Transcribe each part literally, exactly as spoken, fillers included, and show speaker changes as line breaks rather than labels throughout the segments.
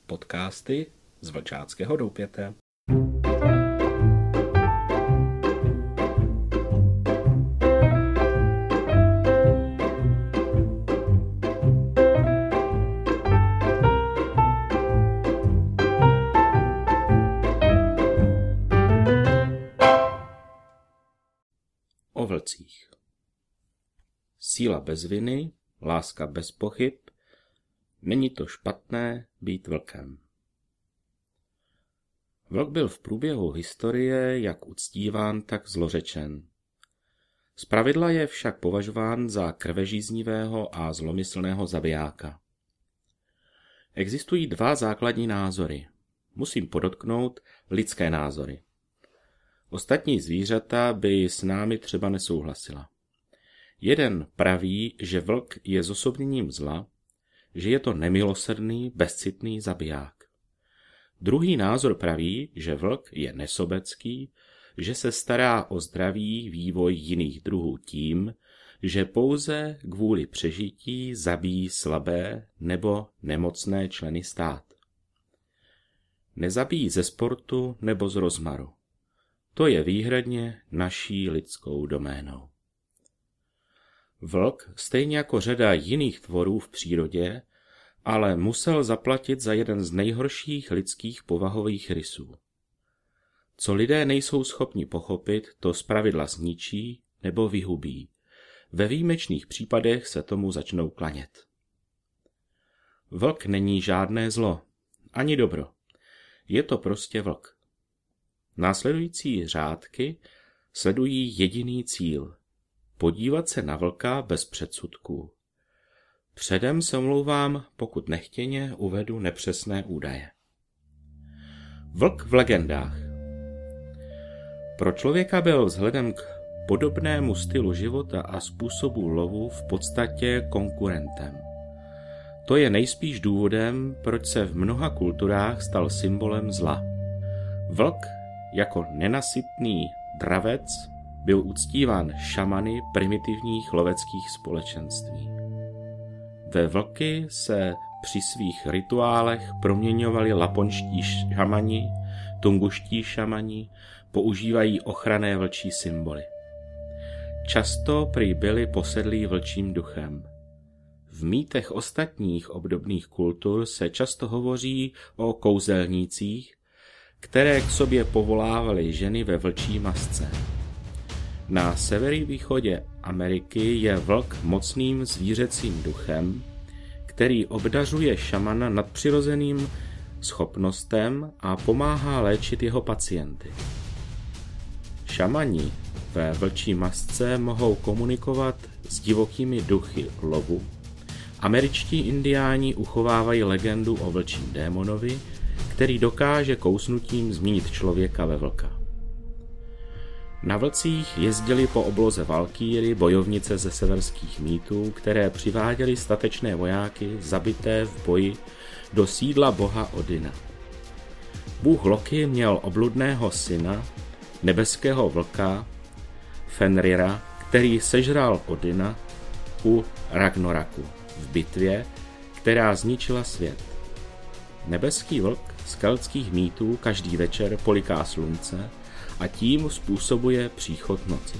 Podcasty z Vlčáckého doupěte. O vlcích. Síla bez viny, láska bez pochyb, není to špatné být vlkem. Vlk byl v průběhu historie jak uctíván, tak zlořečen. Zpravidla je však považován za krvežíznivého a zlomyslného zabijáka. Existují dva základní názory. Musím podotknout lidské názory. Ostatní zvířata by s námi třeba nesouhlasila. Jeden praví, že vlk je zosobněním zla, že je to nemilosrdný, bezcitný zabiják. Druhý názor praví, že vlk je nesobecký, že se stará o zdravý vývoj jiných druhů tím, že pouze kvůli přežití zabíjí slabé nebo nemocné členy stát. Nezabíjí ze sportu nebo z rozmaru. To je výhradně naší lidskou doménou. Vlk, stejně jako řada jiných tvorů v přírodě, ale musel zaplatit za jeden z nejhorších lidských povahových rysů. Co lidé nejsou schopni pochopit, to zpravidla zničí nebo vyhubí. Ve výjimečných případech se tomu začnou klanět. Vlk není žádné zlo, ani dobro. Je to prostě vlk. Následující řádky sledují jediný cíl. Podívat se na vlka bez předsudků. Předem se omlouvám, pokud nechtěně uvedu nepřesné údaje. Vlk v legendách. Pro člověka byl vzhledem k podobnému stylu života a způsobu lovu v podstatě konkurentem. To je nejspíš důvodem, proč se v mnoha kulturách stal symbolem zla. Vlk jako nenasytný dravec byl uctíván šamany primitivních loveckých společenství. Ve vlky se při svých rituálech proměňovali laponští šamani, tunguští šamani, používají ochranné vlčí symboly. Často prý byli posedlí vlčím duchem. V mýtech ostatních obdobných kultur se často hovoří o kouzelnících, které k sobě povolávaly ženy ve vlčí masce. Na severovýchodě Ameriky je vlk mocným zvířecím duchem, který obdařuje šamana nadpřirozeným schopnostem a pomáhá léčit jeho pacienty. Šamani ve vlčí masce mohou komunikovat s divokými duchy lovu. Američtí indiáni uchovávají legendu o vlčím démonovi, který dokáže kousnutím změnit člověka ve vlka. Na vlcích jezdili po obloze valkýry bojovnice ze severských mýtů, které přiváděly statečné vojáky zabité v boji do sídla boha Odina. Bůh Loki měl obludného syna, nebeského vlka Fenrira, který sežral Odina u Ragnoraku v bitvě, která zničila svět. Nebeský vlk z keltských mýtů každý večer poliká slunce a tím způsobuje příchod noci.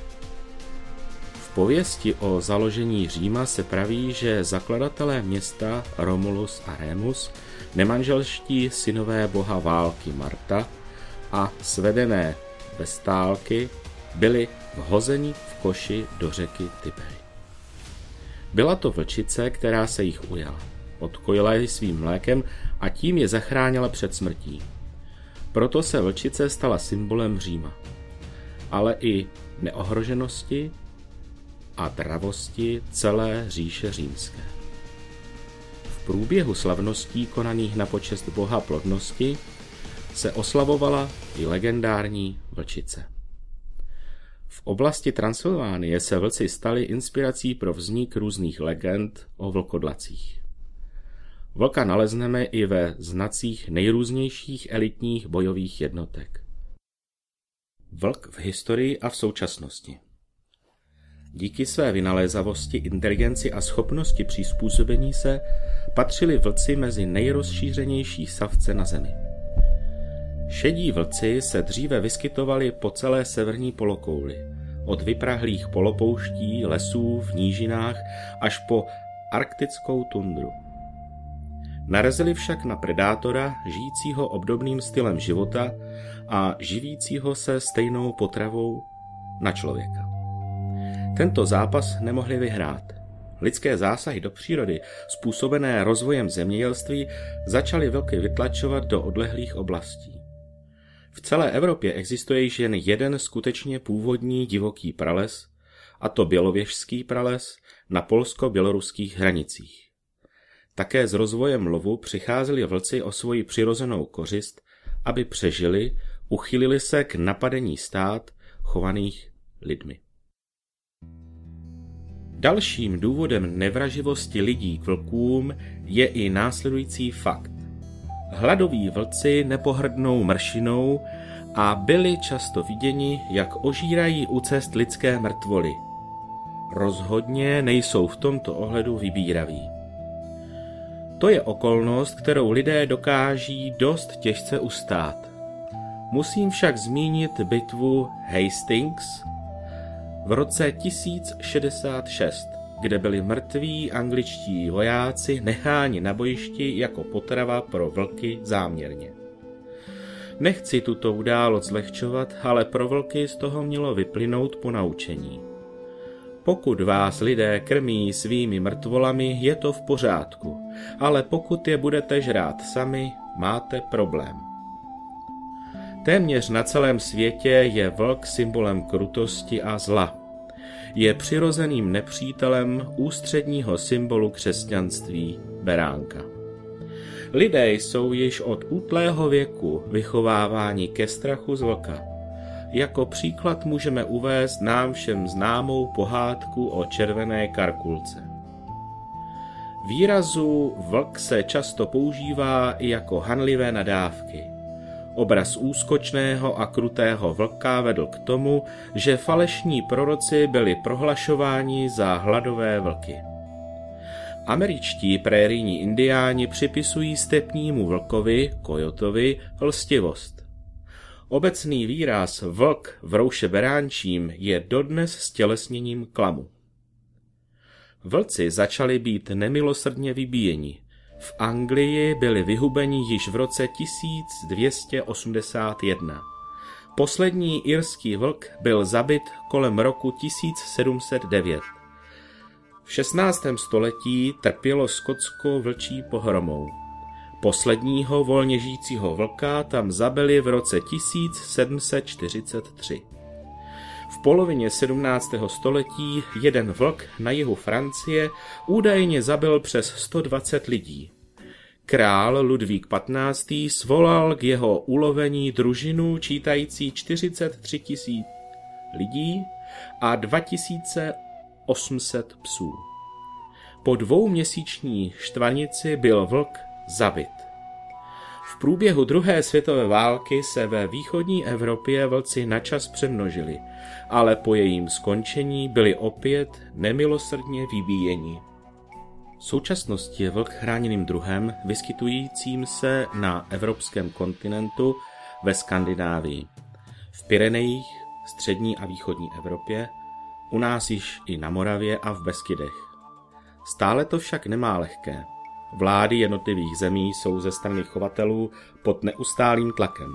V pověsti o založení Říma se praví, že zakladatelé města Romulus a Remus, nemanželští synové boha války Marta a svedené Vestálky, byli vhozeni v koši do řeky Tibery. Byla to vlčice, která se jich ujala. Odkojila ji svým mlékem a tím je zachránila před smrtí. Proto se vlčice stala symbolem Říma, ale i neohroženosti a dravosti celé říše římské. V průběhu slavností konaných na počest boha plodnosti se oslavovala i legendární vlčice. V oblasti Transylvánie se vlci stali inspirací pro vznik různých legend o vlkodlacích. Vlka nalezneme i ve znacích nejrůznějších elitních bojových jednotek. Vlk v historii a v současnosti. Díky své vynalézavosti, inteligenci a schopnosti přizpůsobení se patřili vlci mezi nejrozšířenější savce na Zemi. Šedí vlci se dříve vyskytovali po celé severní polokouli, od vyprahlých polopouští, lesů v nížinách až po arktickou tundru. Narazili však na predátora, žijícího obdobným stylem života a živícího se stejnou potravou na člověka. Tento zápas nemohli vyhrát. Lidské zásahy do přírody, způsobené rozvojem zemědělství, začaly vlky vytlačovat do odlehlých oblastí. V celé Evropě existuje již jen jeden skutečně původní divoký prales, a to bělověžský prales na polsko-běloruských hranicích. Také s rozvojem lovu přicházeli vlci o svoji přirozenou kořist, aby přežili, uchýlili se k napadení stád chovaných lidmi. Dalším důvodem nevraživosti lidí k vlkům je i následující fakt. Hladoví vlci nepohrdnou mršinou a byli často viděni, jak ožírají u cest lidské mrtvoly. Rozhodně nejsou v tomto ohledu vybíraví. To je okolnost, kterou lidé dokáží dost těžce ustát. Musím však zmínit bitvu Hastings v roce tisíc šedesát šest, kde byli mrtví angličtí vojáci necháni na bojišti jako potrava pro vlky záměrně. Nechci tuto událost zlehčovat, ale pro vlky z toho mělo vyplynout ponaučení. Pokud vás lidé krmí svými mrtvolami, je to v pořádku, ale pokud je budete žrát sami, máte problém. Téměř na celém světě je vlk symbolem krutosti a zla. Je přirozeným nepřítelem ústředního symbolu křesťanství beránka. Lidé jsou již od útlého věku vychováváni ke strachu z vlka. Jako příklad můžeme uvést nám všem známou pohádku o červené karkulce. Výrazu vlk se často používá i jako hanlivé nadávky. Obraz úskočného a krutého vlka vedl k tomu, že falešní proroci byli prohlašováni za hladové vlky. Američtí prérijní indiáni připisují stepnímu vlkovi, kojotovi, lstivost. Obecný výraz vlk v rouše beránčím je dodnes stělesněním klamu. Vlci začali být nemilosrdně vybíjeni. V Anglii byli vyhubeni již v roce tisíc dvě stě osmdesát jedna. Poslední irský vlk byl zabit kolem roku tisíc sedm set devět. V šestnáctém století trpělo Skotsko vlčí pohromou. Posledního volně žijícího vlka tam zabili v roce tisíc sedm set čtyřicet tři. V polovině sedmnáctého století jeden vlk na jihu Francie údajně zabil přes sto dvacet lidí. Král Ludvík patnáctý svolal k jeho ulovení družinu čítající čtyřicet tři tisíc lidí a dva tisíce osm set psů. Po dvouměsíční štvanici byl vlk zabit. V průběhu druhé světové války se ve východní Evropě vlci načas přemnožili, ale po jejím skončení byli opět nemilosrdně vybíjeni. V současnosti je vlk chráněným druhem vyskytujícím se na evropském kontinentu ve Skandinávii, v Pyrenejích, střední a východní Evropě, u nás již i na Moravě a v Beskydech. Stále to však nemá lehké. Vlády jednotlivých zemí jsou ze strany chovatelů pod neustálým tlakem.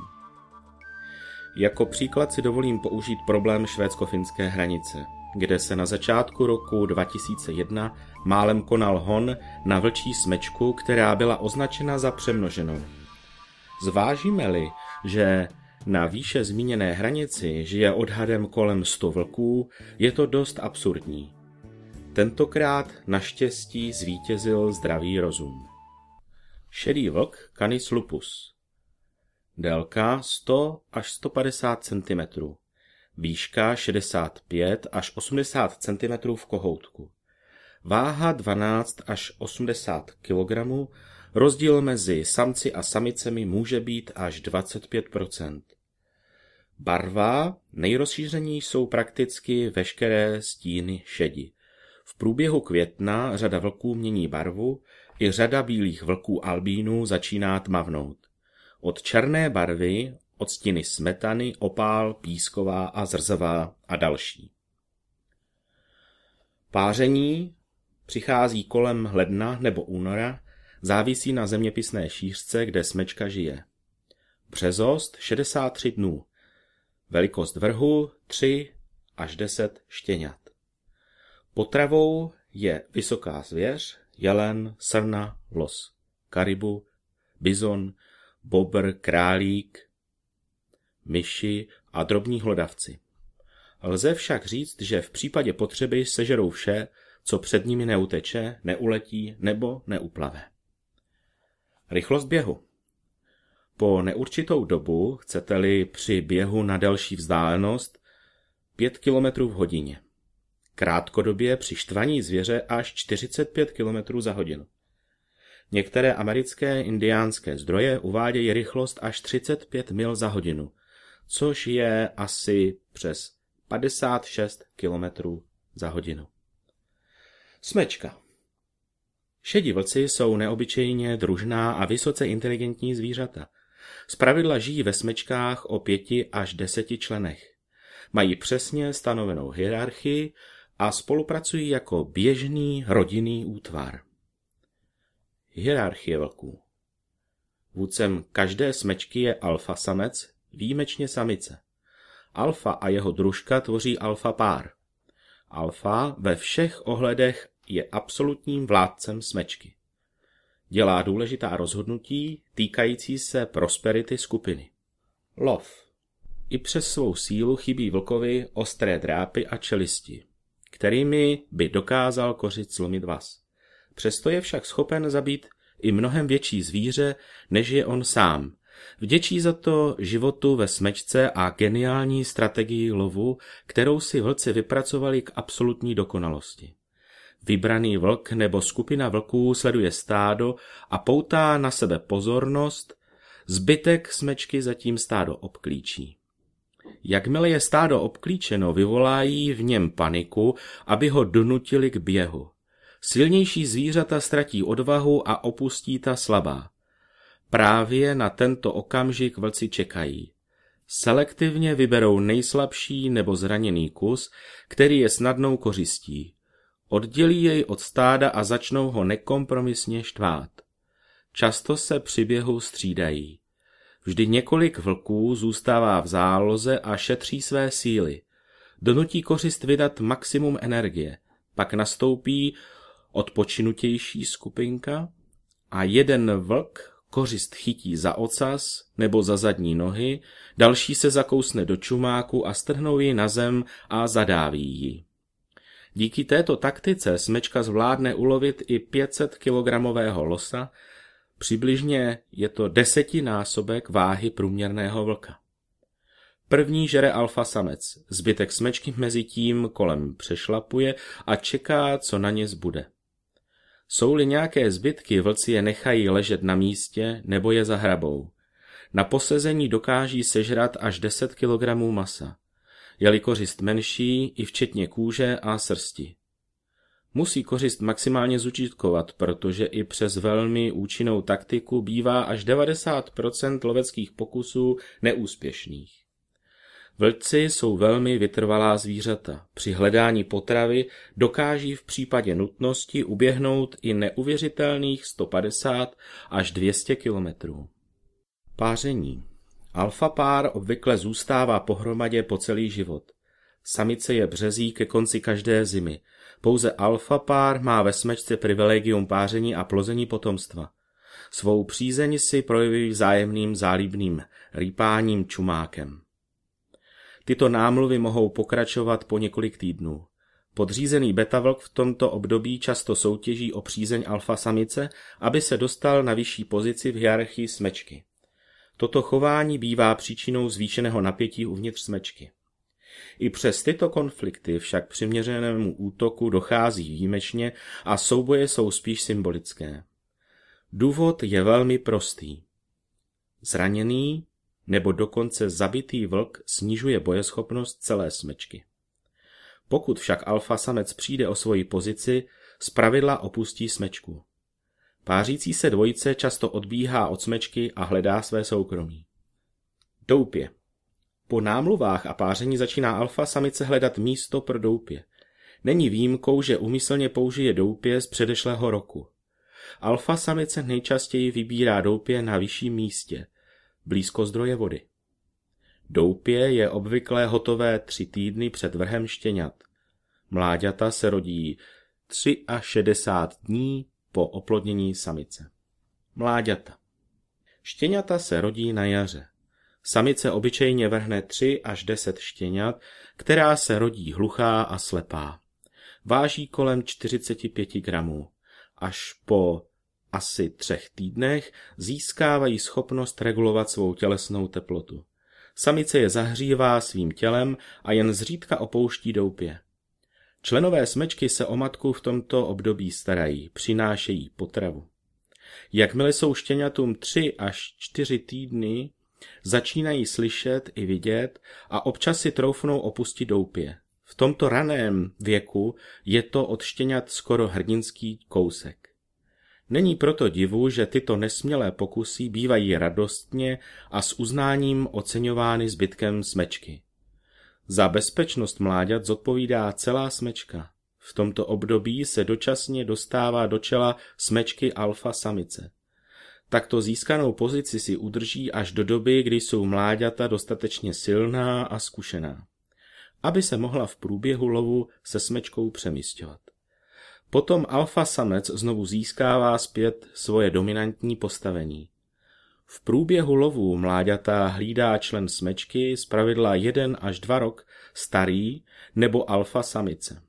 Jako příklad si dovolím použít problém švédsko-finské hranice, kde se na začátku roku dva tisíce jedna málem konal hon na vlčí smečku, která byla označena za přemnoženou. Zvážíme-li, že na výše zmíněné hranici žije odhadem kolem sto vlků, je to dost absurdní. Tentokrát naštěstí zvítězil zdravý rozum. Šedý vlk Canis lupus. Délka sto až sto padesát centimetrů. Výška šedesát pět až osmdesát centimetrů v kohoutku. Váha dvanáct až osmdesát kilogramů. Rozdíl mezi samci a samicemi může být až dvacet pět procent. Barva nejrozšířenější jsou prakticky veškeré stíny šedi. V průběhu května řada vlků mění barvu, i řada bílých vlků albínů začíná tmavnout. Od černé barvy, od stíny smetany, opál, písková a zrzavá a další. Páření přichází kolem ledna nebo února, závisí na zeměpisné šířce, kde smečka žije. Březost šedesát tři dnů. Velikost vrhu tři až deset štěňat. Potravou je vysoká zvěř, jelen, srna, los, karibu, bizon, bobr, králík, myši a drobní hlodavci. Lze však říct, že v případě potřeby sežerou vše, co před nimi neuteče, neuletí nebo neuplave. Rychlost běhu. Po neurčitou dobu, chcete-li při běhu na delší vzdálenost, pět kilometrů v hodině. Krátkodobě při štvaní zvěře až čtyřicet pět kilometrů za hodinu. Některé americké indiánské zdroje uvádějí rychlost až třicet pět mil za hodinu, což je asi přes padesát šest kilometrů za hodinu. Smečka. Šedí vlci jsou neobyčejně družná a vysoce inteligentní zvířata. Zpravidla žijí ve smečkách o pěti až deseti členech. Mají přesně stanovenou hierarchii a spolupracují jako běžný rodinný útvar. Hierarchie vlků. Vůdcem každé smečky je alfa samec, výjimečně samice. Alfa a jeho družka tvoří alfa pár. Alfa ve všech ohledech je absolutním vládcem smečky. Dělá důležitá rozhodnutí týkající se prosperity skupiny. Lov. I přes svou sílu chybí vlkovi ostré drápy a čelisti, kterými by dokázal kořist zlomit vaz. Přesto je však schopen zabít i mnohem větší zvíře, než je on sám. Vděčí za to životu ve smečce a geniální strategii lovu, kterou si vlci vypracovali k absolutní dokonalosti. Vybraný vlk nebo skupina vlků sleduje stádo a poutá na sebe pozornost, zbytek smečky zatím stádo obklíčí. Jakmile je stádo obklíčeno, vyvolají v něm paniku, aby ho donutili k běhu. Silnější zvířata ztratí odvahu a opustí ta slabá. Právě na tento okamžik vlci čekají. Selektivně vyberou nejslabší nebo zraněný kus, který je snadnou kořistí. Oddělí jej od stáda a začnou ho nekompromisně štvát. Často se při běhu střídají. Vždy několik vlků zůstává v záloze a šetří své síly. Donutí kořist vydat maximum energie. Pak nastoupí odpočinutější skupinka a jeden vlk kořist chytí za ocas nebo za zadní nohy, další se zakousne do čumáku a strhnou ji na zem a zadáví ji. Díky této taktice smečka zvládne ulovit i pět set kilogramového losa, přibližně je to desetinásobek váhy průměrného vlka. První žere alfa samec, zbytek smečky mezi tím kolem přešlapuje a čeká, co na ně zbude. Jsou-li nějaké zbytky, vlci je nechají ležet na místě nebo je zahrabou. Na posezení dokáží sežrat až deset kilogramů masa. Je-li kořist menší, i včetně kůže a srsti. Musí kořist maximálně zužitkovat, protože i přes velmi účinnou taktiku bývá až devadesát procent loveckých pokusů neúspěšných. Vlci jsou velmi vytrvalá zvířata. Při hledání potravy dokáží v případě nutnosti uběhnout i neuvěřitelných sto padesát až dvě stě kilometrů. Páření. Alfa pár obvykle zůstává pohromadě po celý život. Samice je březí ke konci každé zimy. Pouze alfa pár má ve smečce privilegium páření a plození potomstva. Svou přízeň si projeví vzájemným zálibným rýpáním čumákem. Tyto námluvy mohou pokračovat po několik týdnů. Podřízený betavlk v tomto období často soutěží o přízeň alfa samice, aby se dostal na vyšší pozici v hierarchii smečky. Toto chování bývá příčinou zvýšeného napětí uvnitř smečky. I přes tyto konflikty však přiměřenému útoku dochází výjimečně a souboje jsou spíš symbolické. Důvod je velmi prostý. Zraněný nebo dokonce zabitý vlk snižuje bojeschopnost celé smečky. Pokud však alfa samec přijde o svoji pozici, zpravidla opustí smečku. Pářící se dvojice často odbíhá od smečky a hledá své soukromí. Doupě. Po námluvách a páření začíná alfa samice hledat místo pro doupě. Není výjimkou, že úmyslně použije doupě z předešlého roku. Alfa samice nejčastěji vybírá doupě na vyšším místě, blízko zdroje vody. Doupě je obvykle hotové tři týdny před vrhem štěňat. Mláďata se rodí tři až šedesát dní po oplodnění samice. Mláďata. Štěňata se rodí na jaře. Samice obyčejně vrhne tři až deset štěňat, která se rodí hluchá a slepá. Váží kolem čtyřicet pět gramů. Až po asi třech týdnech získávají schopnost regulovat svou tělesnou teplotu. Samice je zahřívá svým tělem a jen zřídka opouští doupě. Členové smečky se o matku v tomto období starají, přinášejí potravu. Jakmile jsou štěňatům tři až čtyři týdny, začínají slyšet i vidět a občas si troufnou opustit doupě. V tomto raném věku je to od štěňat skoro hrdinský kousek. Není proto divu, že tyto nesmělé pokusy bývají radostně a s uznáním oceňovány zbytkem smečky. Za bezpečnost mláďat zodpovídá celá smečka. V tomto období se dočasně dostává do čela smečky alfa samice. Takto získanou pozici si udrží až do doby, kdy jsou mláďata dostatečně silná a zkušená, aby se mohla v průběhu lovu se smečkou přemisťovat. Potom alfa samec znovu získává zpět svoje dominantní postavení. V průběhu lovu mláďata hlídá člen smečky zpravidla jeden až dva rok starý nebo alfa samice.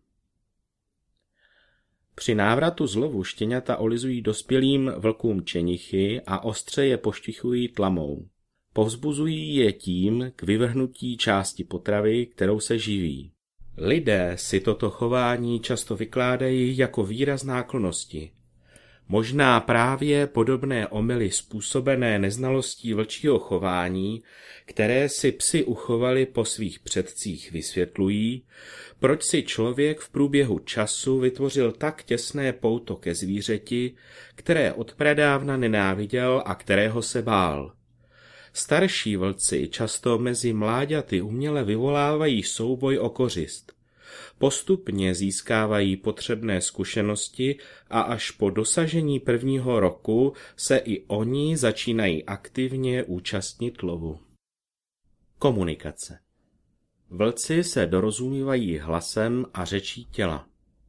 Při návratu z lovu štěňata olizují dospělým vlkům čenichy a ostře je poštichují tlamou. Povzbuzují je tím k vyvrhnutí části potravy, kterou se živí. Lidé si toto chování často vykládají jako výraz náklonnosti. Možná právě podobné omyly způsobené neznalostí vlčího chování, které si psi uchovali po svých předcích, vysvětlují, proč si člověk v průběhu času vytvořil tak těsné pouto ke zvířeti, které odpradávna nenáviděl a kterého se bál. Starší vlci často mezi mláďaty uměle vyvolávají souboj o kořist. Postupně získávají potřebné zkušenosti a až po dosažení prvního roku se i oni začínají aktivně účastnit lovu. Komunikace. Vlci se dorozumívají hlasem a řečí těla.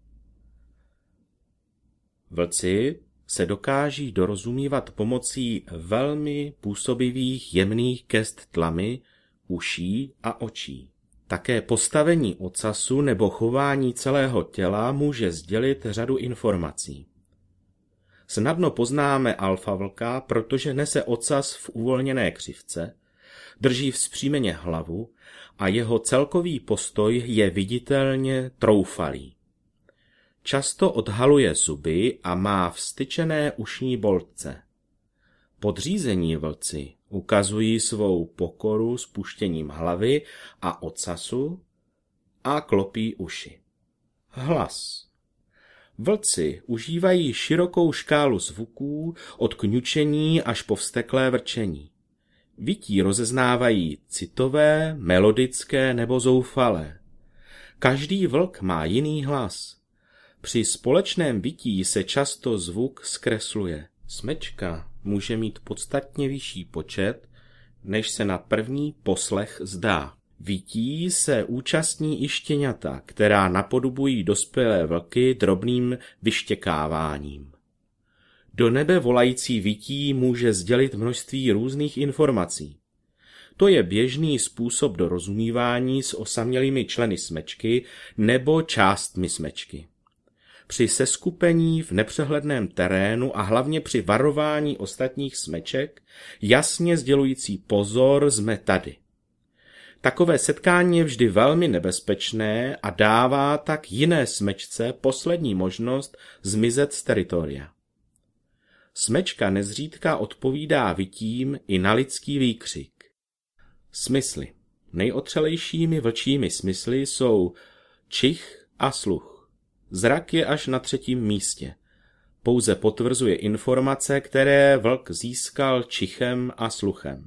Vlci se dokáží dorozumívat pomocí velmi působivých jemných gest tlamy, uší a očí. Také postavení ocasu nebo chování celého těla může sdělit řadu informací. Snadno poznáme alfa vlka, protože nese ocas v uvolněné křivce, drží vzpřímeně hlavu a jeho celkový postoj je viditelně troufalý. Často odhaluje zuby a má vztyčené ušní boltce. Podřízení vlci ukazují svou pokoru spuštěním hlavy a ocasu a klopí uši. Hlas. Vlci užívají širokou škálu zvuků od kňučení až po vzteklé vrčení. Vytí rozeznávají citové, melodické nebo zoufalé. Každý vlk má jiný hlas. Při společném vytí se často zvuk zkresluje. Smečka může mít podstatně vyšší počet, než se na první poslech zdá. Vytí se účastní i štěňata, která napodobují dospělé vlky drobným vyštěkáváním. Do nebe volající vytí může sdělit množství různých informací. To je běžný způsob dorozumívání s osamělými členy smečky nebo částmi smečky. Při seskupení v nepřehledném terénu a hlavně při varování ostatních smeček, jasně sdělující pozor, jsme tady. Takové setkání je vždy velmi nebezpečné a dává tak jiné smečce poslední možnost zmizet z teritoria. Smečka nezřídka odpovídá vytím i na lidský výkřik. Smysly. Nejotřelejšími vlčími smysly jsou čich a sluch. Zrak je až na třetím místě. Pouze potvrzuje informace, které vlk získal čichem a sluchem.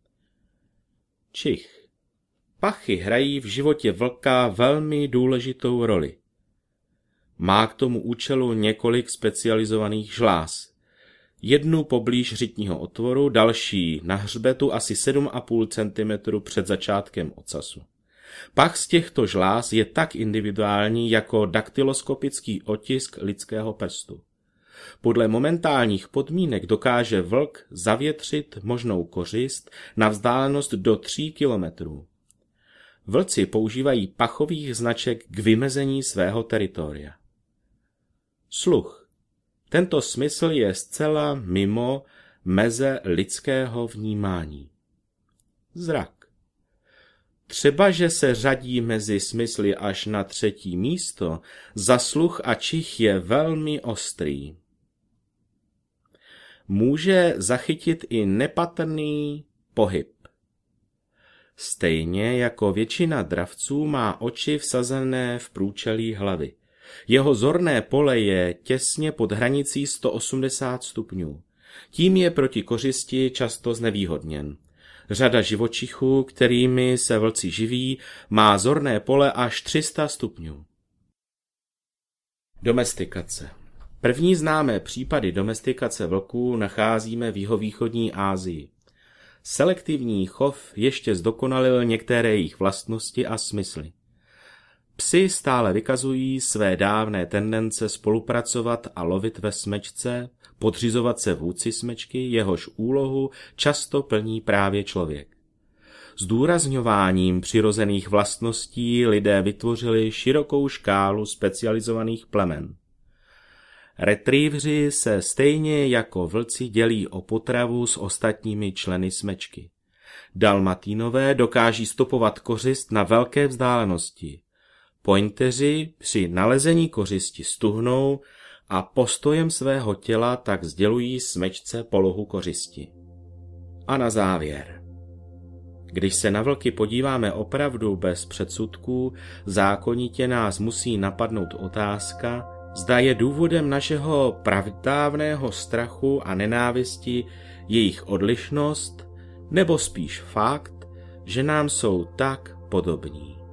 Čich. Pachy hrají v životě vlka velmi důležitou roli. Má k tomu účelu několik specializovaných žláz. Jednu poblíž řitního otvoru, další na hřbetu asi sedm a půl centimetru před začátkem ocasu. Pach z těchto žláz je tak individuální jako daktyloskopický otisk lidského prstu. Podle momentálních podmínek dokáže vlk zavětřit možnou kořist na vzdálenost do tří kilometrů. Vlci používají pachových značek k vymezení svého teritoria. Sluch. Tento smysl je zcela mimo meze lidského vnímání. Zrak. Třeba, že se řadí mezi smysly až na třetí místo, za sluch a čich je velmi ostrý. Může zachytit i nepatrný pohyb. Stejně jako většina dravců má oči vsazené v průčelí hlavy. Jeho zorné pole je těsně pod hranicí sto osmdesát stupňů. Tím je proti kořisti často znevýhodněn. Řada živočichů, kterými se vlci živí, má zorné pole až tři sta stupňů. Domestikace. První známé případy domestikace vlků nacházíme v jihovýchodní Asii. Selektivní chov ještě zdokonalil některé jejich vlastnosti a smysly. Psi stále vykazují své dávné tendence spolupracovat a lovit ve smečce, podřizovat se vůdci smečky, jehož úlohu často plní právě člověk. Zdůrazňováním přirozených vlastností lidé vytvořili širokou škálu specializovaných plemen. Retrievři se stejně jako vlci dělí o potravu s ostatními členy smečky. Dalmatínové dokáží stopovat kořist na velké vzdálenosti. Pointeři při nalezení kořisti stuhnou a postojem svého těla tak sdělují smečce polohu kořisti. A na závěr. Když se na vlky podíváme opravdu bez předsudků, zákonitě nás musí napadnout otázka, zda je důvodem našeho pradávného strachu a nenávisti jejich odlišnost, nebo spíš fakt, že nám jsou tak podobní.